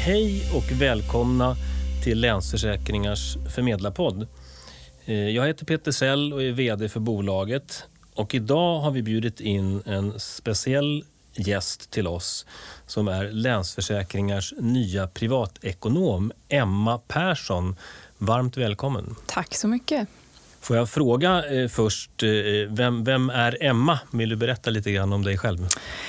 Hej och välkomna till Länsförsäkringars förmedlarpodd. Jag heter Peter Sell och är vd för bolaget. Och idag har vi bjudit in en speciell gäst till oss som är Länsförsäkringars nya privatekonom, Emma Persson. Varmt välkommen. Tack så mycket. Får jag fråga först, vem är Emma? Vill du berätta lite grann om dig själv?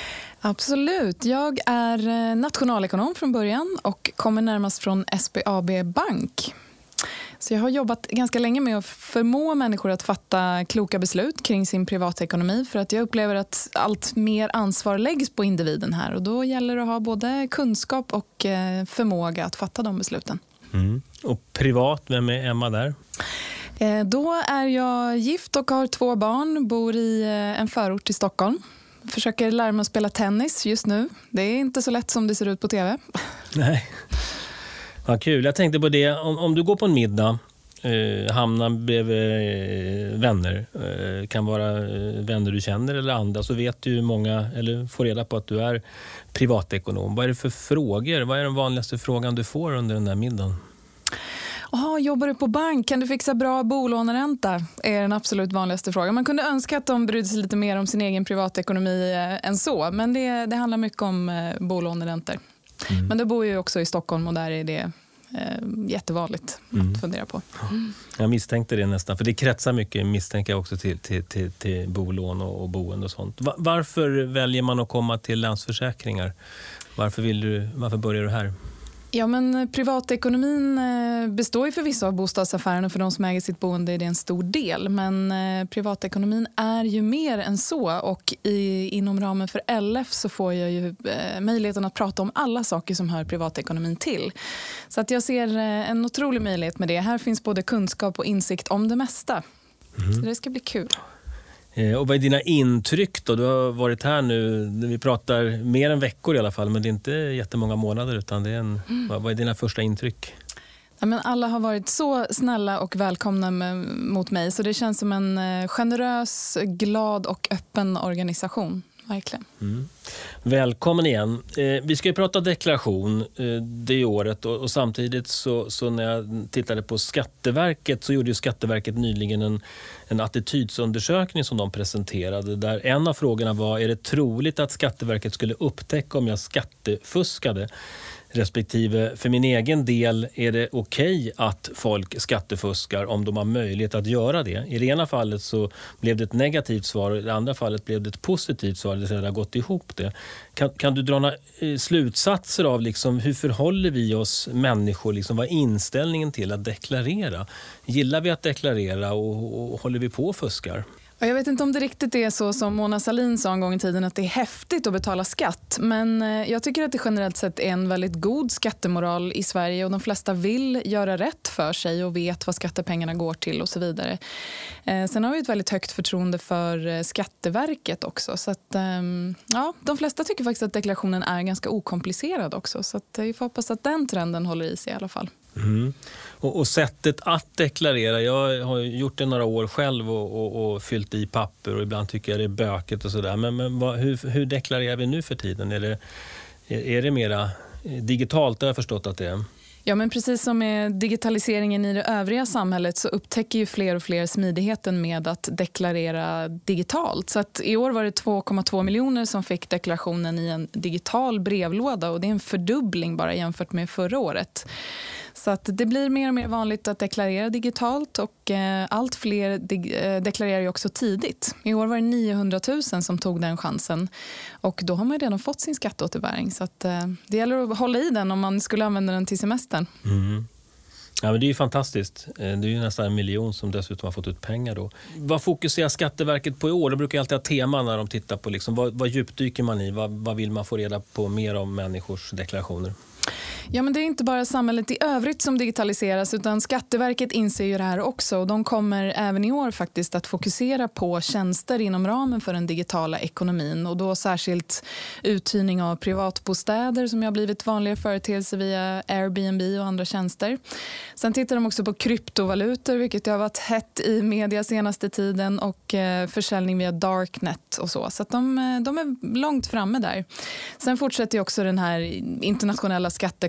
Absolut. Jag är nationalekonom från början och kommer närmast från SBAB Bank. Så jag har jobbat ganska länge med att förmå människor att fatta kloka beslut kring sin privatekonomi, för att jag upplever att allt mer ansvar läggs på individen här, och då gäller det att ha både kunskap och förmåga att fatta de besluten. Mm. Och privat, vem är Emma där? Då är jag gift och har 2 barn, bor i en förort i Stockholm. Försöker lära mig att spela tennis just nu. Det är inte så lätt som det ser ut på tv. Nej. Vad kul. Jag tänkte på det. Om du går på en middag, hamnar bredvid vänner, kan vara vänner du känner eller andra, så vet du många, eller får reda på att du är privatekonom. Vad är det för frågor? Vad är den vanligaste frågan du får under den där middagen? Jobbar du på bank? Kan du fixa bra bolåneränta? Är den absolut vanligaste frågan. Man kunde önska att de brydde sig lite mer om sin egen privatekonomi än så. Men det handlar mycket om bolåneräntor. Mm. Men då bor jag också i Stockholm och där är det jättevanligt att fundera på. Jag misstänkte det nästan. För det kretsar mycket, misstänker jag också, till bolån och boende och sånt. Varför väljer man att komma till Länsförsäkringar? Varför börjar du här? Ja, men privatekonomin består ju förvisso av bostadsaffärerna, för de som äger sitt boende är det en stor del. Men privatekonomin är ju mer än så, och inom ramen för LF så får jag ju möjligheten att prata om alla saker som hör privatekonomin till. Så att jag ser en otrolig möjlighet med det. Här finns både kunskap och insikt om det mesta. Så det ska bli kul. Och vad är dina intryck då? Du har varit här nu, vi pratar mer än veckor i alla fall, men det är inte jättemånga månader, utan det är vad är dina första intryck? Ja, men alla har varit så snälla och välkomna mot mig, så det känns som en generös, glad och öppen organisation. Verkligen. Välkommen igen. Vi ska ju prata deklaration det året, och samtidigt så när jag tittade på Skatteverket, så gjorde ju Skatteverket nyligen en attitydsundersökning som de presenterade, där en av frågorna var: är det troligt att Skatteverket skulle upptäcka om jag skattefuskade? Respektive, för min egen del, är det okej att folk skattefuskar om de har möjlighet att göra det? I det ena fallet så blev det ett negativt svar, och i det andra fallet blev det ett positivt svar, det har gått ihop det. Kan du dra några slutsatser av liksom, hur förhåller vi oss människor? Liksom, vad är inställningen till att deklarera? Gillar vi att deklarera och håller vi på och fuskar? Jag vet inte om det riktigt är så som Mona Sahlin sa en gång i tiden, att det är häftigt att betala skatt. Men jag tycker att det generellt sett är en väldigt god skattemoral i Sverige, och de flesta vill göra rätt för sig och vet vad skattepengarna går till och så vidare. Sen har vi ett väldigt högt förtroende för Skatteverket också. Så att, de flesta tycker faktiskt att deklarationen är ganska okomplicerad också. Så att vi får hoppas att den trenden håller i sig i alla fall. Mm. Och sättet att deklarera, jag har gjort det några år själv och fyllt i papper, och ibland tycker jag det är böket och sådär. Men hur deklarerar vi nu för tiden? Är det mera digitalt? Det har jag förstått att det är. Ja, men precis som med digitaliseringen i det övriga samhället så upptäcker ju fler och fler smidigheten med att deklarera digitalt. Så att i år var det 2,2 miljoner som fick deklarationen i en digital brevlåda, och det är en fördubbling bara jämfört med förra året. Så att det blir mer och mer vanligt att deklarera digitalt, och allt fler deklarerar ju också tidigt. I år var det 900 000 som tog den chansen, och då har man redan fått sin skatteåterbäring. Så att det gäller att hålla i den om man skulle använda den till semestern. Mm. Ja, men det är ju fantastiskt. Det är ju nästan 1 miljon som dessutom har fått ut pengar då. Vad fokuserar Skatteverket på i år? De brukar alltid ha teman när de tittar på liksom, vad djupdyker man i? Vad vill man få reda på mer om människors deklarationer? Ja, men det är inte bara samhället i övrigt som digitaliseras, utan Skatteverket inser ju det här också. Och de kommer även i år faktiskt att fokusera på tjänster inom ramen för den digitala ekonomin. Och då särskilt uthyrning av privatbostäder som har blivit vanliga företeelser via Airbnb och andra tjänster. Sen tittar de också på kryptovalutor, vilket har varit hett i media senaste tiden, och försäljning via Darknet och så. Så att de är långt framme där. Sen fortsätter ju också den här internationella skattekontrollen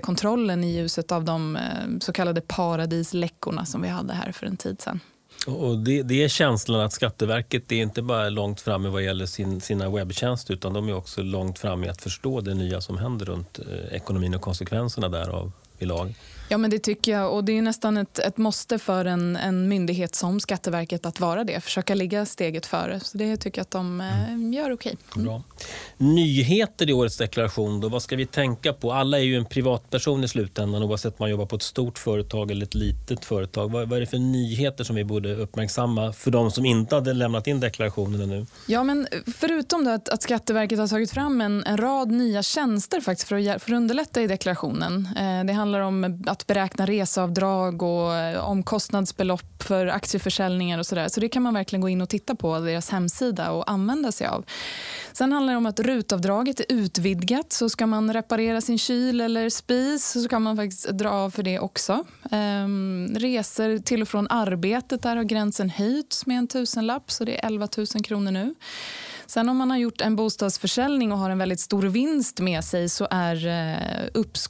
kontrollen i ljuset av de så kallade paradisläckorna som vi hade här för en tid sedan. Och det är känslan att Skatteverket är inte bara långt framme vad gäller sina webbtjänster, utan de är också långt framme i att förstå det nya som händer runt ekonomin och konsekvenserna därav i lag. Ja, men det tycker jag, och det är nästan ett måste för en myndighet som Skatteverket att vara det, försöka ligga steget före. Så det tycker jag att de gör okej. Bra. Nyheter i årets deklaration då, vad ska vi tänka på? Alla är ju en privatperson i slutändan, oavsett om man jobbar på ett stort företag eller ett litet företag. Vad är det för nyheter som vi borde uppmärksamma för de som inte hade lämnat in deklarationen ännu? Ja, men förutom då att Skatteverket har tagit fram en rad nya tjänster faktiskt för att underlätta i deklarationen. Det handlar om att beräkna reseavdrag och omkostnadsbelopp för aktieförsäljningar och sådär. Så det kan man verkligen gå in och titta på deras hemsida och använda sig av. Sen handlar det om att RUT-avdraget är utvidgat, så ska man reparera sin kyl eller spis så kan man faktiskt dra av för det också. Resor till och från arbetet, där har gränsen höjts med 1 000-lapp, så det är 11 000 kronor nu. Sen om man har gjort en bostadsförsäljning och har en väldigt stor vinst med sig så är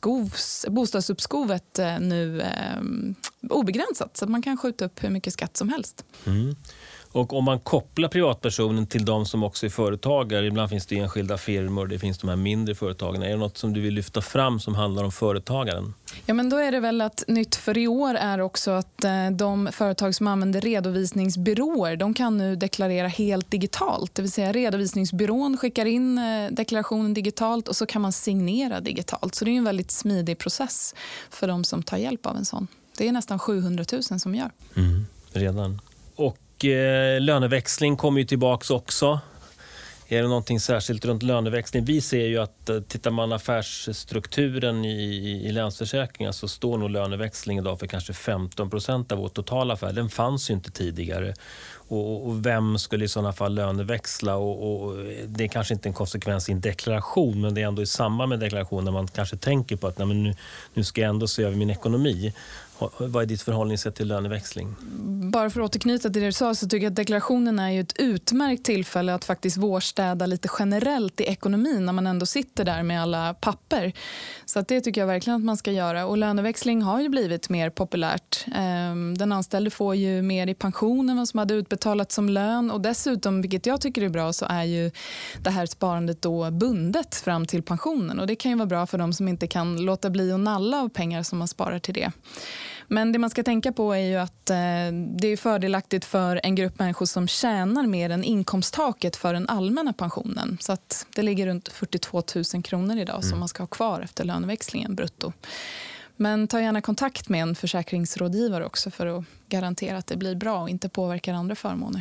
bostadsuppskovet nu obegränsat, så att man kan skjuta upp hur mycket skatt som helst. Mm. Och om man kopplar privatpersonen till de som också är företagare, ibland finns det enskilda firmor, det finns de här mindre företagen. Är det något som du vill lyfta fram som handlar om företagaren? Ja, men då är det väl att nytt för i år är också att de företag som använder redovisningsbyråer, de kan nu deklarera helt digitalt. Det vill säga redovisningsbyrån skickar in deklarationen digitalt och så kan man signera digitalt. Så det är en väldigt smidig process för de som tar hjälp av en sån. Det är nästan 700 000 som gör. Redan. Och löneväxling kommer ju tillbaka också. Är det någonting särskilt runt löneväxling? Vi ser ju att tittar man affärsstrukturen i Länsförsäkringar så står nog löneväxling idag för kanske 15% av vår totala affär. Den fanns ju inte tidigare. Och vem skulle i sådana fall löneväxla? Och det är kanske inte en konsekvens i en deklaration, men det är ändå i samband med deklarationen man kanske tänker på att nej, men nu ska jag ändå se över min ekonomi. Vad är ditt förhållningssätt till löneväxling? Bara för att återknyta till det du sa, så tycker jag att deklarationen är ju ett utmärkt tillfälle att faktiskt vårstäda lite generellt i ekonomin när man ändå sitter där med alla papper. Så att det tycker jag verkligen att man ska göra. Och löneväxling har ju blivit mer populärt. Den anställde får ju mer i pension än vad som hade utbetalats som lön. Och dessutom, vilket jag tycker är bra, så är ju det här sparandet då bundet fram till pensionen. Och det kan ju vara bra för de som inte kan låta bli att nalla av pengar som man sparar till det. Men det man ska tänka på är ju att det är fördelaktigt för en grupp människor som tjänar mer än inkomsttaket för den allmänna pensionen. Så att det ligger runt 42 000 kronor idag som man ska ha kvar efter löneväxlingen brutto. Men ta gärna kontakt med en försäkringsrådgivare också för att garantera att det blir bra och inte påverkar andra förmåner.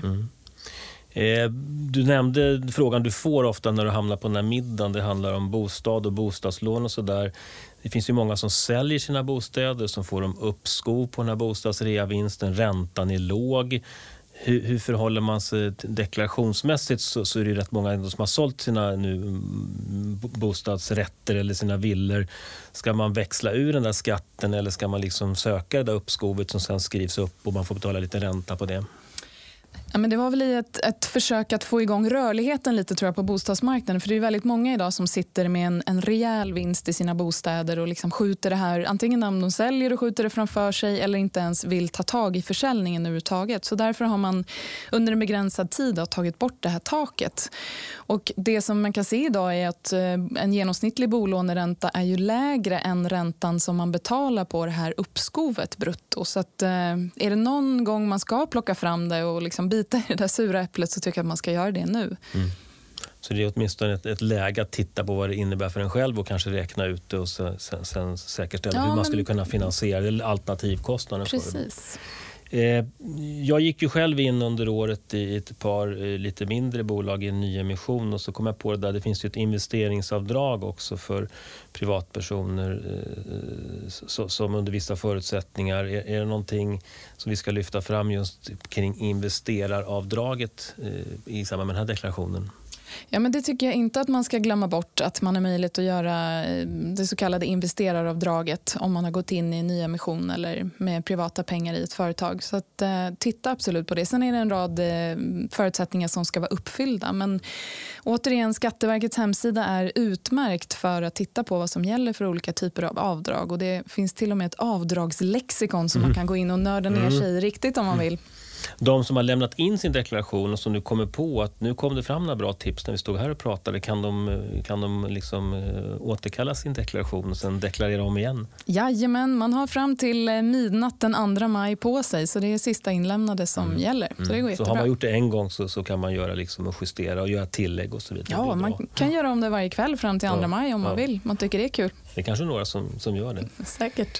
Du nämnde frågan du får ofta när du hamnar på den här middagen. Det handlar om bostad och bostadslån och sådär. Det finns ju många som säljer sina bostäder, som får de uppskov på den här bostadsreavinsten. Räntan är låg. Hur förhåller man sig deklarationsmässigt, så är det rätt många som har sålt sina bostadsrätter eller sina villor. Ska man växla ur den där skatten eller ska man liksom söka det där uppskovet som sen skrivs upp och man får betala lite ränta på det? Ja, men det var väl ett försök att få igång rörligheten lite, tror jag, på bostadsmarknaden. För det är väldigt många idag som sitter med en rejäl vinst i sina bostäder och liksom skjuter det här, antingen om de säljer och skjuter det framför sig eller inte ens vill ta tag i försäljningen överhuvudtaget. Så därför har man under en begränsad tid tagit bort det här taket. Och det som man kan se idag är att en genomsnittlig bolåneränta är ju lägre än räntan som man betalar på det här uppskovet brutto. Så att är det någon gång man ska plocka fram det och liksom bita i det där sura äpplet, så tycker jag att man ska göra det nu. Så det är åtminstone ett läge att titta på vad det innebär för en själv och kanske räkna ut det och sen säkerställa hur man skulle kunna finansiera eller alternativkostnaden. Precis. Jag gick ju själv in under året i ett par lite mindre bolag i en nyemission, och så kom jag på det där. Det finns ju ett investeringsavdrag också för privatpersoner som under vissa förutsättningar. Är det någonting som vi ska lyfta fram just kring investeraravdraget i samband med den här deklarationen? Ja, men det tycker jag inte att man ska glömma bort, att man har möjlighet att göra det så kallade investeraravdraget om man har gått in i en nyemission eller med privata pengar i ett företag. Så att, titta absolut på det. Sen är det en rad förutsättningar som ska vara uppfyllda. Men återigen, Skatteverkets hemsida är utmärkt för att titta på vad som gäller för olika typer av avdrag. Och det finns till och med ett avdragslexikon som man kan gå in och nörda ner sig riktigt om man vill. De som har lämnat in sin deklaration och som nu kommer på att nu kom det fram några bra tips när vi stod här och pratade, kan de liksom återkalla sin deklaration och sen deklarera om igen? Jajamän, man har fram till midnatt den 2 maj på sig, så det är sista inlämnade som gäller. Så det går jättebra. Så har man gjort det en gång så kan man göra liksom och justera och göra tillägg och så vidare. Ja, man kan göra om det varje kväll fram till 2 maj om man vill. Man tycker det är kul. Det är kanske några som gör det. Säkert.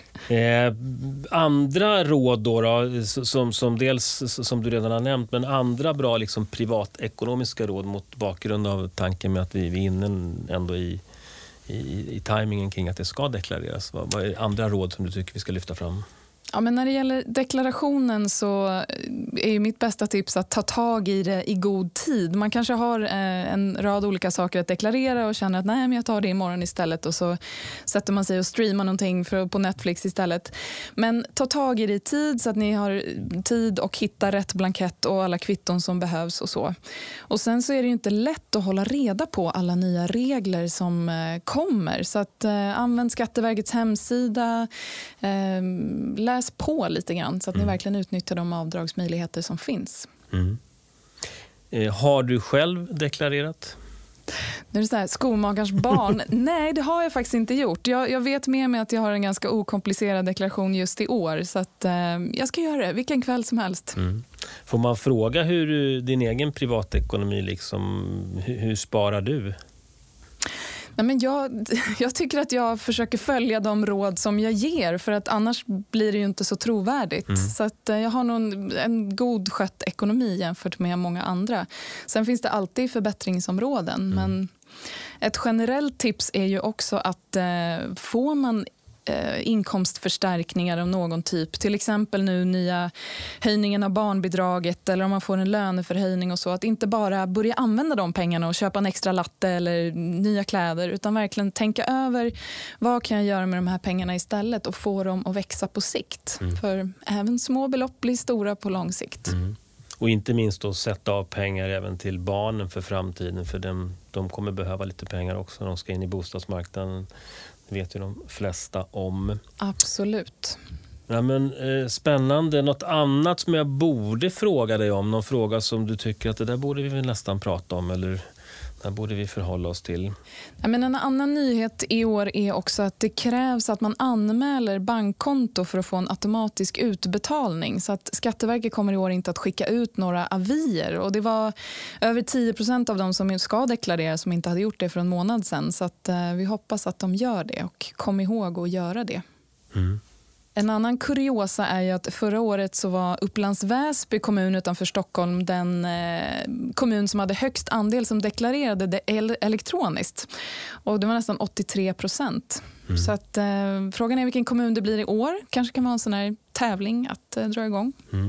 Andra råd då som dels som du redan har nämnt, men andra bra liksom privatekonomiska råd mot bakgrund av tanken med att vi är inne ändå i tajmingen kring att det ska deklareras. Vad är andra råd som du tycker vi ska lyfta fram? Ja, men när det gäller deklarationen så är ju mitt bästa tips att ta tag i det i god tid. Man kanske har en rad olika saker att deklarera och känner att nej, men jag tar det imorgon istället, och så sätter man sig och streamar någonting på Netflix istället. Men ta tag i det i tid så att ni har tid och hitta rätt blankett och alla kvitton som behövs och så. Och sen så är det ju inte lätt att hålla reda på alla nya regler som kommer. Så att använd Skatteverkets hemsida, läs på lite grann så att ni verkligen utnyttjar de avdragsmöjligheter som finns. Har du själv deklarerat? Nu är det så här, skomakarens barn. Nej, det har jag faktiskt inte gjort. Jag vet med mig att jag har en ganska okomplicerad deklaration just i år, så att jag ska göra det vilken kväll som helst. Får man fråga hur din egen privatekonomi liksom, hur sparar du? Nej, men jag tycker att jag försöker följa de råd som jag ger, för att annars blir det ju inte så trovärdigt. Så att jag har nog en god skött ekonomi jämfört med många andra. Sen finns det alltid förbättringsområden, men ett generellt tips är ju också att får man inkomstförstärkningar av någon typ, till exempel nu nya höjningen av barnbidraget eller om man får en löneförhöjning och så, att inte bara börja använda de pengarna och köpa en extra latte eller nya kläder, utan verkligen tänka över vad kan jag göra med de här pengarna istället och få dem att växa på sikt. För även små belopp blir stora på lång sikt. Och inte minst då sätta av pengar även till barnen för framtiden, för de kommer behöva lite pengar också när de ska in i bostadsmarknaden. Det vet ju de flesta om. Absolut. Ja, men, spännande. Något annat som jag borde fråga dig om? Någon fråga som du tycker att det där borde vi väl nästan prata om, eller där borde vi förhålla oss till? Ja, men en annan nyhet i år är också att det krävs att man anmäler bankkonto för att få en automatisk utbetalning. Så att Skatteverket kommer i år inte att skicka ut några avier. Och det var över 10% av de som ska deklarera som inte hade gjort det för en månad sedan. Så att vi hoppas att de gör det, och kom ihåg att göra det. En annan kuriosa är ju att förra året så var Upplands Väsby kommun utanför Stockholm den kommun som hade högst andel som deklarerade det elektroniskt. Och det var nästan 83%. Så att frågan är vilken kommun det blir i år. Kanske kan man ha en sån här tävling att dra igång.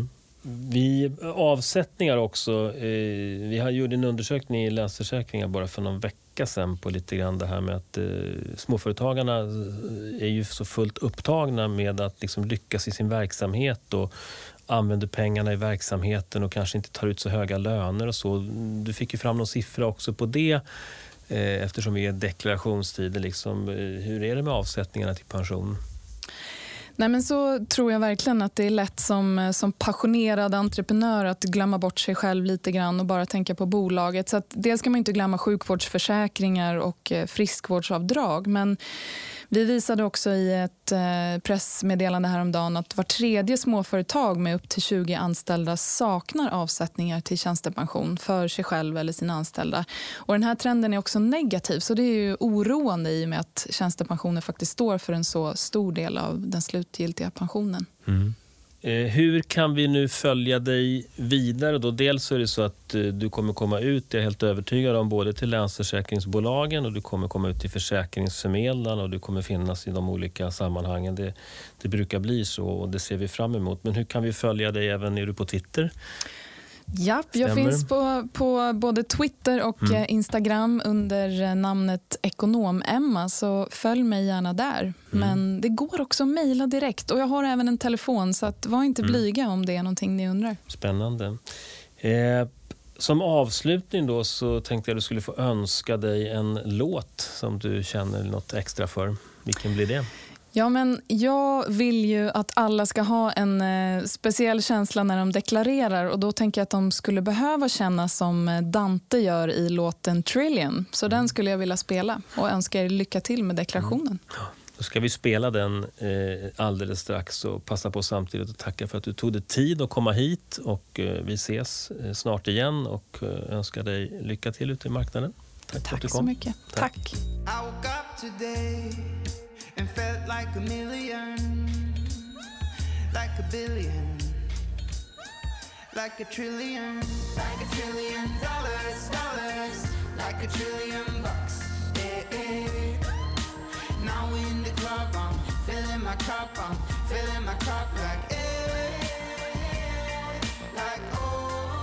Vi avsättningar också. Vi gjort en undersökning i Länsförsäkringar bara för någon vecka sedan på lite grann det här med att småföretagarna är ju så fullt upptagna med att liksom lyckas i sin verksamhet och använder pengarna i verksamheten och kanske inte tar ut så höga löner och så. Du fick ju fram någon siffra också på det eftersom vi är deklarationstider. Liksom. Hur är det med avsättningarna till pension? Nej, men så tror jag verkligen att det är lätt som passionerad entreprenör att glömma bort sig själv lite grann och bara tänka på bolaget. Så att dels ska man inte glömma sjukvårdsförsäkringar och friskvårdsavdrag, men vi visade också i ett pressmeddelande häromdagen att var tredje småföretag med upp till 20 anställda saknar avsättningar till tjänstepension för sig själv eller sina anställda. Och den här trenden är också negativ, så det är ju oroande i och med att tjänstepensioner faktiskt står för en så stor del av den slutgiltiga pensionen. Hur kan vi nu följa dig vidare då? Dels så är det så att du kommer komma ut, jag är helt övertygad om, både till länsförsäkringsbolagen och du kommer komma ut till försäkringsförmedlarna och du kommer finnas i de olika sammanhangen. Det brukar bli så och det ser vi fram emot. Men hur kan vi följa dig även? Är du på Twitter? Japp, jag finns på både Twitter och Instagram under namnet Ekonom-Emma, så följ mig gärna där. Men det går också att mejla direkt, och jag har även en telefon, så att var inte blyga om det är någonting ni undrar. Spännande. Som avslutning då så tänkte jag att du skulle få önska dig en låt som du känner något extra för. Vilken blir det? Ja, men jag vill ju att alla ska ha en speciell känsla när de deklarerar, och då tänker jag att de skulle behöva känna som Dante gör i låten Trillion. Så den skulle jag vilja spela och önska er lycka till med deklarationen. Då ska vi spela den alldeles strax och passa på samtidigt att tacka för att du tog dig tid att komma hit, och vi ses snart igen och önskar dig lycka till ute i marknaden. Tack för att du kom. Så mycket. Tack. I woke up today and felt like a million, like a billion, like a trillion, like $1 trillion, like $1 trillion bucks. Now in the club, I'm filling my cup like like oh,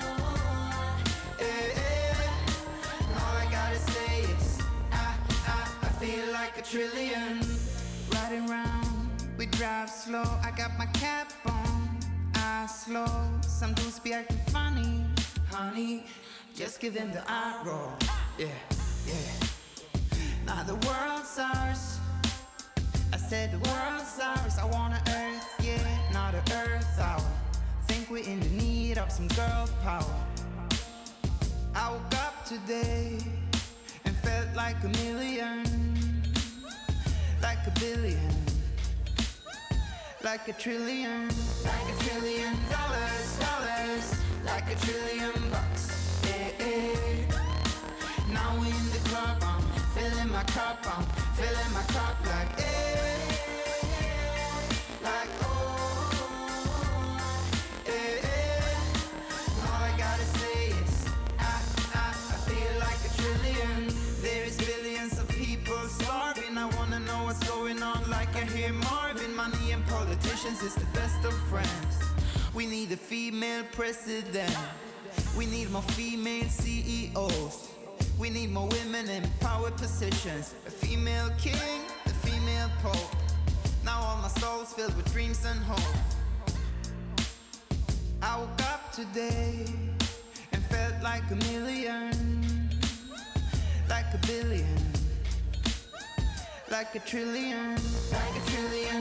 all I gotta say is I feel like $1 trillion. Riding round, we drive slow. I got my cap on, I slow. Some dudes be acting funny, honey. Just give them the eye roll. Yeah. Now the world's ours. I said the world's ours. I want an earth, yeah, not an earth hour. Think we're in the need of some girl power. I woke up today and felt like a million, like a billion, like $1 trillion, like $1 trillion, like $1 trillion bucks. Now in the club, I'm filling my cup like like oh, all I gotta say is I feel like $1 trillion. There's billions of people starving. I wanna know what's going on, like I hear Marvin. Money and politicians is the best of friends. We need a female president. We need more female CEOs. We need more women in power positions. A female king, a female pope. Now all my soul's filled with dreams and hope. I woke up today and felt like a million, like a billion, like $1 trillion, like $1 trillion,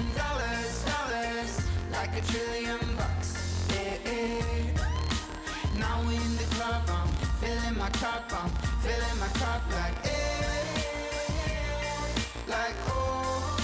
like $1 trillion bucks. Now in the club, I'm filling my cup like like oh,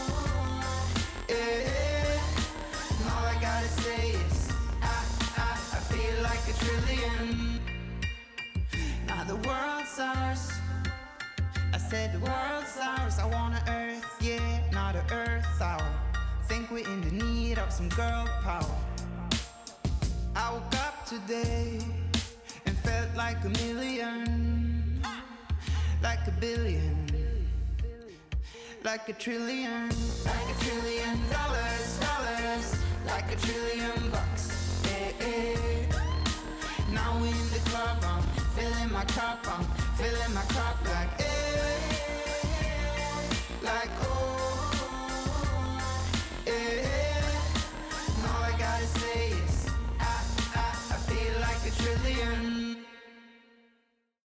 all I gotta say is I feel like $1 trillion. Now the world's ours. I said the world's ours. I want an earth, yeah, not an earth hour. Think we're in the need of some girl power. I woke up today and felt like a million, like a billion, like $1 trillion, like $1 trillion, like $1 trillion bucks. Now in the club, I'm filling my cup like